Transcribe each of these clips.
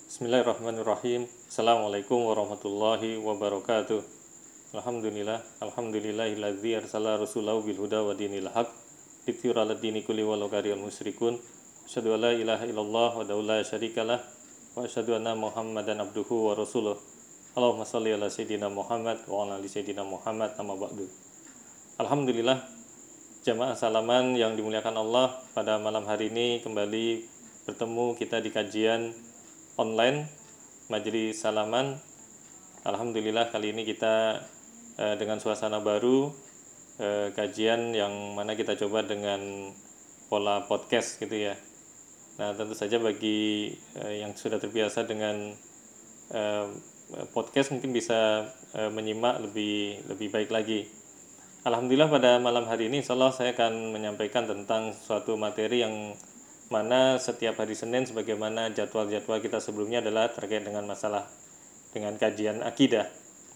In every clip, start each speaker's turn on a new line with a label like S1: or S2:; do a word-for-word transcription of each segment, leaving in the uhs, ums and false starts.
S1: Bismillahirrahmanirrahim. Assalamualaikum warahmatullahi wabarakatuh. Alhamdulillah, alhamdulillahilladzi arsala rasulahu bil huda wa dinil haq lityura ladini kulli walau karihal musyrikun. Asyhadu an la ilaha illallah wa la syarikalah wa asyhadu anna Muhammadan abduhu wa rasuluh. Allahumma shalli ala sayyidina Muhammad wa ala ali sayyidina Muhammad amma ba'du. Alhamdulillah, jamaah salaman yang dimuliakan Allah, pada malam hari ini kembali bertemu kita di kajian online Majelis Salaman. Alhamdulillah kali ini kita eh, dengan suasana baru, eh, kajian yang mana kita coba dengan pola podcast gitu ya. Nah, tentu saja bagi eh, yang sudah terbiasa dengan eh, podcast mungkin bisa eh, menyimak lebih lebih baik lagi. Alhamdulillah pada malam hari ini insyaallah saya akan menyampaikan tentang suatu materi yang mana setiap hari Senin sebagaimana jadwal-jadwal kita sebelumnya adalah terkait dengan masalah dengan kajian akidah.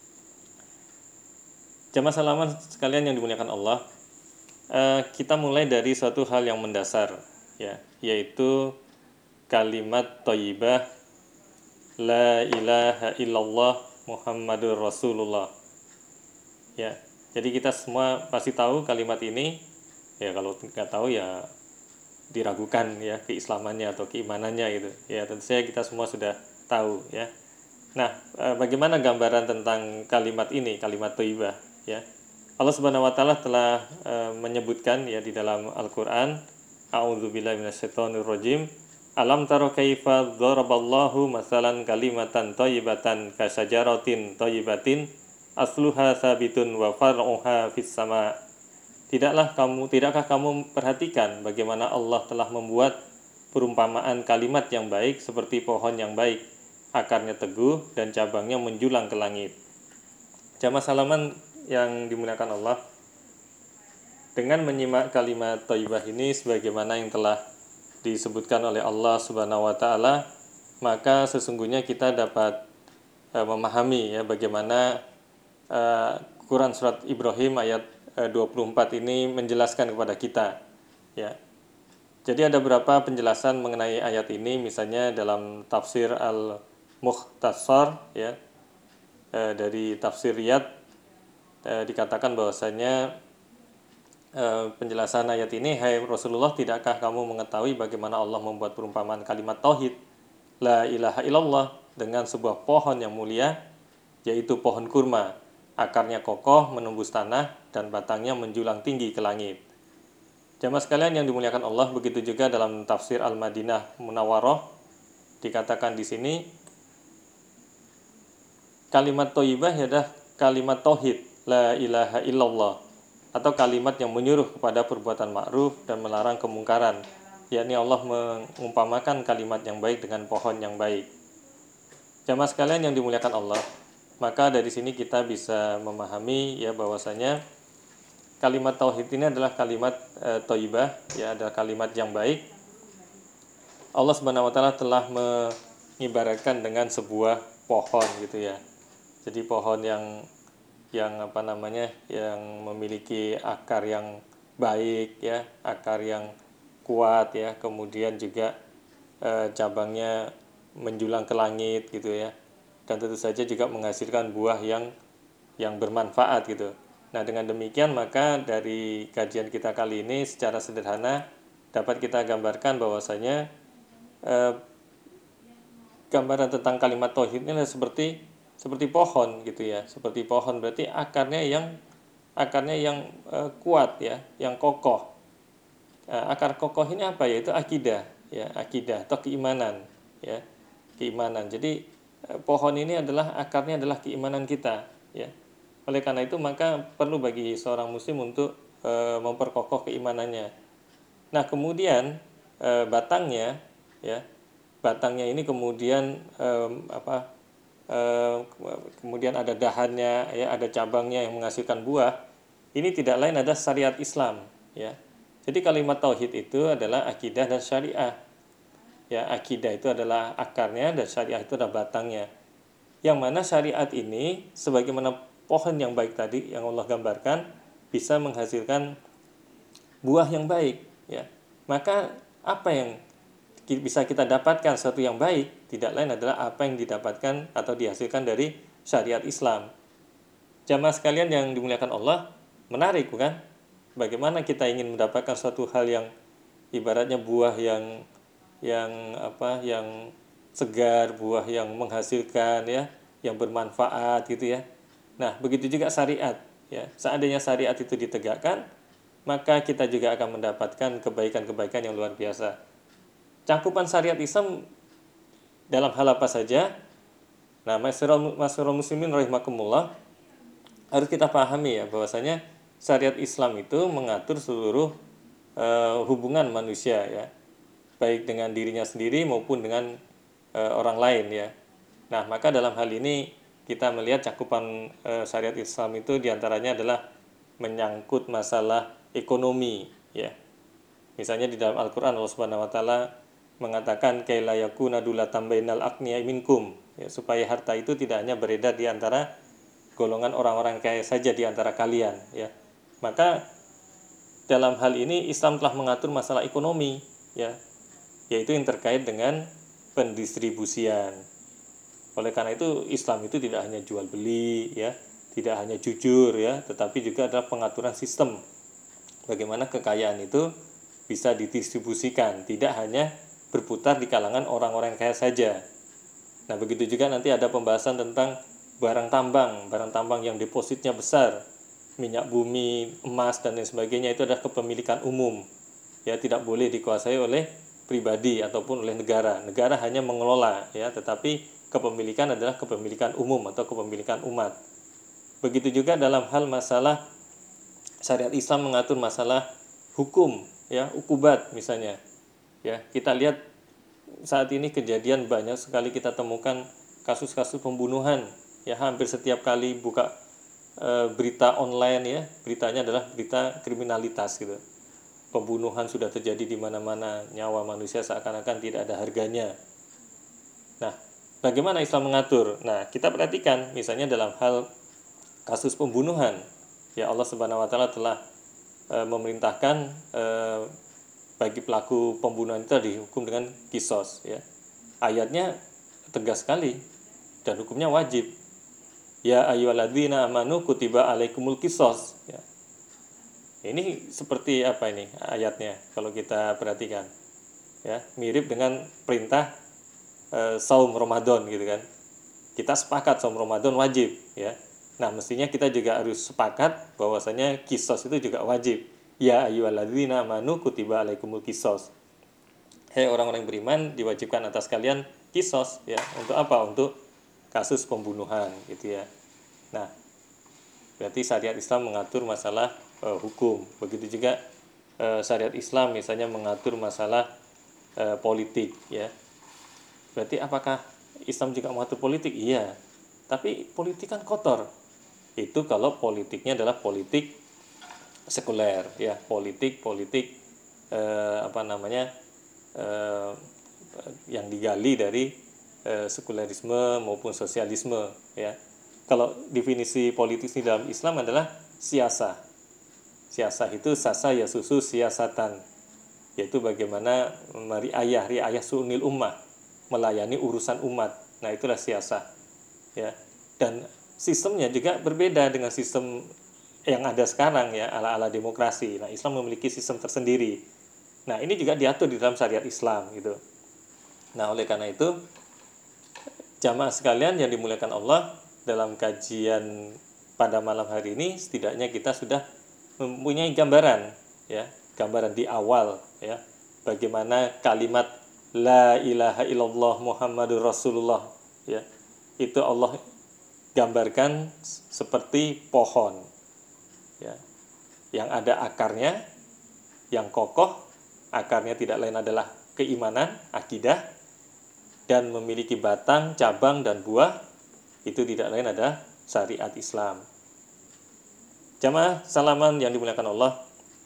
S1: Jamaah salaman sekalian yang dimuliakan Allah, eh, kita mulai dari suatu hal yang mendasar, ya, yaitu kalimat thayyibah la ilaha illallah Muhammadur Rasulullah. Ya, jadi kita semua pasti tahu kalimat ini. Ya, kalau nggak tahu ya diragukan ya keislamannya atau keimanannya gitu ya, tentu saja kita semua sudah tahu ya. Nah, e, bagaimana gambaran tentang kalimat ini, kalimat thayyibah ya? Allah Subhanahu wa taala telah e, menyebutkan ya di dalam Al-Qur'an, a'udzubillahi minasyaitonir rajim, alam taro kaifa dzaraballahu masalan kalimatan thayyibatan kasajaratin thayyibatin asluha sabitun wa far'uha fis sama'. Tidaklah kamu, tidakkah kamu perhatikan bagaimana Allah telah membuat perumpamaan kalimat yang baik seperti pohon yang baik, akarnya teguh dan cabangnya menjulang ke langit. Jamaah salaman yang dimuliakan Allah, dengan menyimak kalimat thayyibah ini sebagaimana yang telah disebutkan oleh Allah Subhanahu wa taala, maka sesungguhnya kita dapat uh, memahami ya bagaimana uh, Quran surat Ibrahim ayat dua puluh empat ini menjelaskan kepada kita ya. Jadi ada beberapa penjelasan mengenai ayat ini, misalnya dalam tafsir Al-Mukhtasar ya, e, dari tafsir Riyad e, dikatakan bahwasanya e, penjelasan ayat ini, hai Rasulullah, tidakkah kamu mengetahui bagaimana Allah membuat perumpamaan kalimat tauhid la ilaha illallah dengan sebuah pohon yang mulia, yaitu pohon kurma, akarnya kokoh menembus tanah dan batangnya menjulang tinggi ke langit. Jamaah sekalian yang dimuliakan Allah, begitu juga dalam tafsir Al-Madinah Munawwarah dikatakan di sini kalimat thayyibah adalah kalimat tauhid la ilaha illallah, atau kalimat yang menyuruh kepada perbuatan ma'ruf dan melarang kemungkaran, yakni Allah mengumpamakan kalimat yang baik dengan pohon yang baik. Jamaah sekalian yang dimuliakan Allah, maka dari sini kita bisa memahami ya bahwasanya kalimat tauhid ini adalah kalimat e, thayyibah ya, adalah kalimat yang baik. Allah Subhanahu wa taala telah mengibaratkan dengan sebuah pohon gitu ya. Jadi pohon yang yang apa namanya? yang memiliki akar yang baik ya, akar yang kuat ya, kemudian juga e, cabangnya menjulang ke langit gitu ya. Dan tentu saja juga menghasilkan buah yang yang bermanfaat gitu. Nah, dengan demikian maka dari kajian kita kali ini secara sederhana dapat kita gambarkan bahwasanya eh, gambaran tentang kalimat tauhid ini adalah seperti seperti pohon gitu ya. Seperti pohon berarti akarnya yang akarnya yang eh, kuat ya, yang kokoh. Eh, akar kokoh ini apa ya? Itu akidah ya, akidah atau keimanan ya. Keimanan. Jadi pohon ini adalah akarnya adalah keimanan kita ya. Oleh karena itu maka perlu bagi seorang muslim untuk e, memperkokoh keimanannya. Nah, kemudian e, batangnya ya, batangnya ini kemudian e, apa e, kemudian ada dahannya ya, ada cabangnya yang menghasilkan buah. Ini tidak lain adalah syariat Islam ya. Jadi kalimat tauhid itu adalah akidah dan syariah. Ya, akidah itu adalah akarnya dan syariah itu adalah batangnya. Yang mana syariat ini sebagaimana pohon yang baik tadi yang Allah gambarkan bisa menghasilkan buah yang baik ya. Maka apa yang bisa kita dapatkan sesuatu yang baik tidak lain adalah apa yang didapatkan atau dihasilkan dari syariat Islam. Jamaah sekalian yang dimuliakan Allah, menarik bukan? Bagaimana kita ingin mendapatkan suatu hal yang ibaratnya buah yang yang apa yang segar, buah yang menghasilkan ya, yang bermanfaat gitu ya. Nah, begitu juga syariat ya. Seandainya syariat itu ditegakkan, maka kita juga akan mendapatkan kebaikan-kebaikan yang luar biasa. Cakupan syariat Islam dalam hal apa saja? Nah, masyarakat muslimin rahimakumullah, harus kita pahami ya bahwasanya syariat Islam itu mengatur seluruh uh, hubungan manusia ya, baik dengan dirinya sendiri maupun dengan uh, orang lain ya. Nah, maka dalam hal ini kita melihat cakupan uh, syariat Islam itu diantaranya adalah menyangkut masalah ekonomi ya. Misalnya di dalam Al-Qur'an Allah Subhanahu wa taala mengatakan kaila yakuna dulatan bainal aqniya minkum ya, supaya harta itu tidak hanya beredar di antara golongan orang-orang kaya saja di antara kalian ya. Maka dalam hal ini Islam telah mengatur masalah ekonomi ya, yaitu yang terkait dengan pendistribusian. Oleh karena itu Islam itu tidak hanya jual beli ya, tidak hanya jujur ya, tetapi juga adalah pengaturan sistem bagaimana kekayaan itu bisa didistribusikan, tidak hanya berputar di kalangan orang-orang kaya saja. Nah, begitu juga nanti ada pembahasan tentang barang tambang, barang tambang yang depositnya besar, minyak bumi, emas dan lain sebagainya, itu adalah kepemilikan umum. Ya, tidak boleh dikuasai oleh pribadi ataupun oleh negara. Negara hanya mengelola ya, tetapi kepemilikan adalah kepemilikan umum atau kepemilikan umat. Begitu juga dalam hal masalah syariat Islam mengatur masalah hukum ya, ukubat misalnya. Ya, kita lihat saat ini kejadian banyak sekali kita temukan kasus-kasus pembunuhan ya, hampir setiap kali buka e, berita online ya, beritanya adalah berita kriminalitas gitu. Pembunuhan sudah terjadi di mana-mana, nyawa manusia seakan-akan tidak ada harganya. Nah, bagaimana Islam mengatur? Nah, kita perhatikan misalnya dalam hal kasus pembunuhan ya, Allah Subhanahu wa taala telah e, memerintahkan e, bagi pelaku pembunuhan itu dihukum dengan kisos ya. Ayatnya tegas sekali dan hukumnya wajib. Ya ayyuhalladzina amanu kutiba alaikumul kisos ya. Ini seperti apa ini ayatnya kalau kita perhatikan ya, mirip dengan perintah e, saum Ramadan gitu kan. Kita sepakat saum Ramadan wajib ya. Nah, mestinya kita juga harus sepakat bahwasanya kisos itu juga wajib. Ya ayyuhalladzina amanu kutiba alaikumul kisos. Hei orang-orang beriman, diwajibkan atas kalian kisos ya. Untuk apa? Untuk kasus pembunuhan gitu ya. Nah, berarti syariat Islam mengatur masalah e, hukum. Begitu juga e, syariat Islam misalnya mengatur masalah e, politik ya. Berarti apakah Islam juga mengatur politik? Iya. Tapi politik kan kotor. Itu kalau politiknya adalah politik sekuler ya, politik politik eh, apa namanya eh, yang digali dari eh, sekulerisme maupun sosialisme ya. Kalau definisi politik di dalam Islam adalah siasah. Siasah itu sasa ya susu siasatan, yaitu bagaimana meriayah riayah sunil ummah, melayani urusan umat. Nah, itulah siasah ya. Dan sistemnya juga berbeda dengan sistem yang ada sekarang ya, ala-ala demokrasi. Nah, Islam memiliki sistem tersendiri. Nah, ini juga diatur di dalam syariat Islam gitu. Nah, oleh karena itu jamaah sekalian yang dimuliakan Allah, dalam kajian pada malam hari ini setidaknya kita sudah mempunyai gambaran ya, gambaran di awal ya, bagaimana kalimat la ilaha illallah Muhammadur Rasulullah ya, itu Allah gambarkan seperti pohon ya, yang ada akarnya yang kokoh. Akarnya tidak lain adalah keimanan, akidah, dan memiliki batang, cabang, dan buah. Itu tidak lain adalah syariat Islam. Jamaah salaman yang dimuliakan Allah,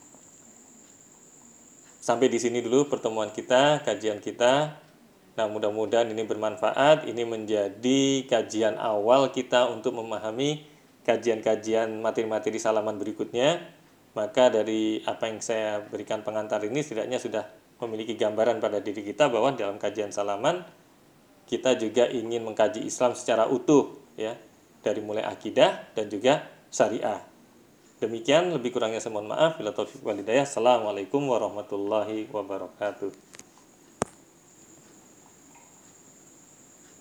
S1: sampai di sini dulu pertemuan kita, kajian kita. Nah, mudah-mudahan ini bermanfaat. Ini menjadi kajian awal kita untuk memahami kajian-kajian materi-materi salaman berikutnya. Maka dari apa yang saya berikan pengantar ini setidaknya sudah memiliki gambaran pada diri kita bahwa dalam kajian salaman kita juga ingin mengkaji Islam secara utuh, ya, dari mulai akidah dan juga syariah. Demikian, lebih kurangnya saya mohon maaf. Bila taufiq wal hidayah. Assalamualaikum warahmatullahi wabarakatuh.